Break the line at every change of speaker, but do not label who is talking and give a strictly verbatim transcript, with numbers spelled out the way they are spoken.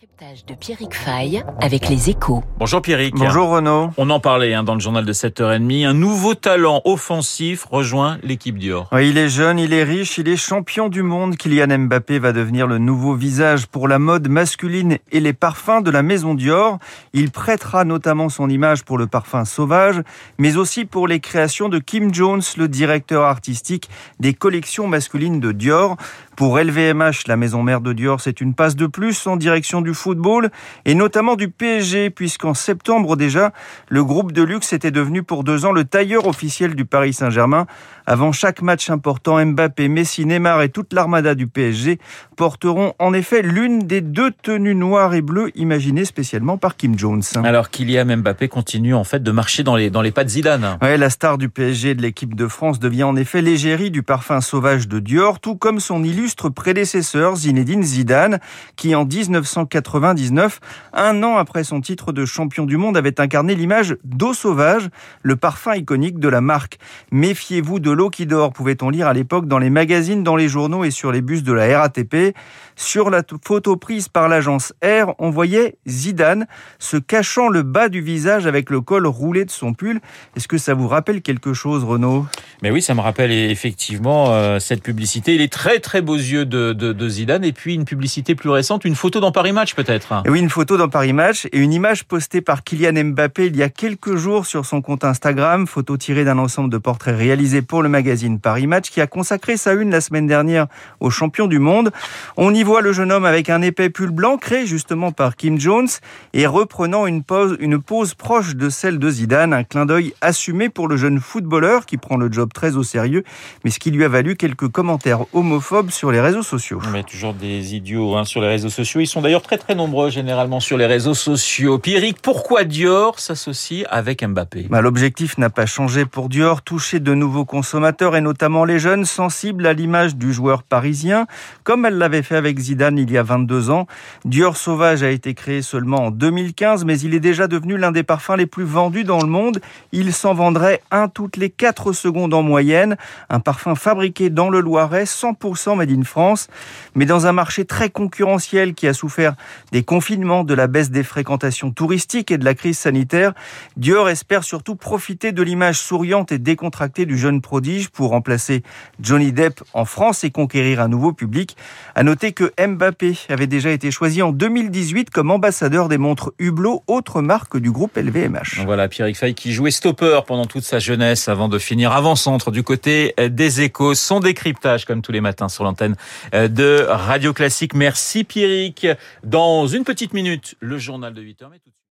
Décryptage de Pierrick Fay avec les Échos.
Bonjour Pierrick.
Bonjour Renaud.
On en parlait hein, dans le journal de sept heures trente. Un nouveau talent offensif rejoint l'équipe Dior.
Oui, il est jeune, il est riche, il est champion du monde. Kylian Mbappé va devenir le nouveau visage pour la mode masculine et les parfums de la maison Dior. Il prêtera notamment son image pour le parfum Sauvage, mais aussi pour les créations de Kim Jones, le directeur artistique des collections masculines de Dior. Pour L V M H, la maison mère de Dior, c'est une passe de plus en direction du football et notamment du P S G, puisqu'en septembre déjà, le groupe de luxe était devenu pour deux ans le tailleur officiel du Paris Saint-Germain. Avant chaque match important, Mbappé, Messi, Neymar et toute l'armada du P S G porteront en effet l'une des deux tenues noires et bleues imaginées spécialement par Kim Jones.
Alors Kylian Mbappé continue en fait de marcher dans les, dans les pas de Zidane.
Ouais, la star du P S G et de l'équipe de France devient en effet l'égérie du parfum Sauvage de Dior, tout comme son illustre prédécesseur Zinedine Zidane, qui en dix-neuf cent quatre-vingt-dix-neuf, un an après son titre de champion du monde, avait incarné l'image d'eau sauvage, le parfum iconique de la marque. Méfiez-vous de l'eau qui dort, pouvait-on lire à l'époque dans les magazines, dans les journaux et sur les bus de la R A T P. Sur la photo prise par l'agence R, on voyait Zidane se cachant le bas du visage avec le col roulé de son pull. Est-ce que ça vous rappelle quelque chose, Renaud ?
Mais oui, ça me rappelle effectivement euh, cette publicité. Il est très très beaux yeux de, de, de Zidane, et puis une publicité plus récente, une photo dans Paris Match peut-être.
Et oui, une photo dans Paris Match et une image postée par Kylian Mbappé il y a quelques jours sur son compte Instagram, photo tirée d'un ensemble de portraits réalisés pour le magazine Paris Match qui a consacré sa une la semaine dernière aux champions du monde. On y voit le jeune homme avec un épais pull blanc créé justement par Kim Jones et reprenant une pose, une pose proche de celle de Zidane, un clin d'œil assumé pour le jeune footballeur qui prend le job très au sérieux, mais ce qui lui a valu quelques commentaires homophobes sur les réseaux sociaux.
Mais toujours des idiots hein, sur les réseaux sociaux. Ils sont d'ailleurs très très nombreux généralement sur les réseaux sociaux. Pierrick, pourquoi Dior s'associe avec Mbappé ?
Bah, l'objectif n'a pas changé pour Dior, toucher de nouveaux consommateurs et notamment les jeunes sensibles à l'image du joueur parisien, comme elle l'avait fait avec Zidane il y a vingt-deux ans. Dior Sauvage a été créé seulement en deux mille quinze, mais il est déjà devenu l'un des parfums les plus vendus dans le monde. Il s'en vendrait un toutes les quatre secondes en moyenne. Un parfum fabriqué dans le Loiret, cent pour cent made in France. Mais dans un marché très concurrentiel qui a souffert des confinements, de la baisse des fréquentations touristiques et de la crise sanitaire, Dior espère surtout profiter de l'image souriante et décontractée du jeune prodige pour remplacer Johnny Depp en France et conquérir un nouveau public. À noter que Mbappé avait déjà été choisi en deux mille dix-huit comme ambassadeur des montres Hublot, autre marque du groupe L V M H.
Voilà, Pierrick Fay qui jouait stopper pendant toute sa jeunesse avant de finir avant-centre du côté des Échos. Son décryptage comme tous les matins sur l'antenne de Radio Classique. Merci Pierrick. Dans une petite minute, le journal de huit heures. Mais tout de suite.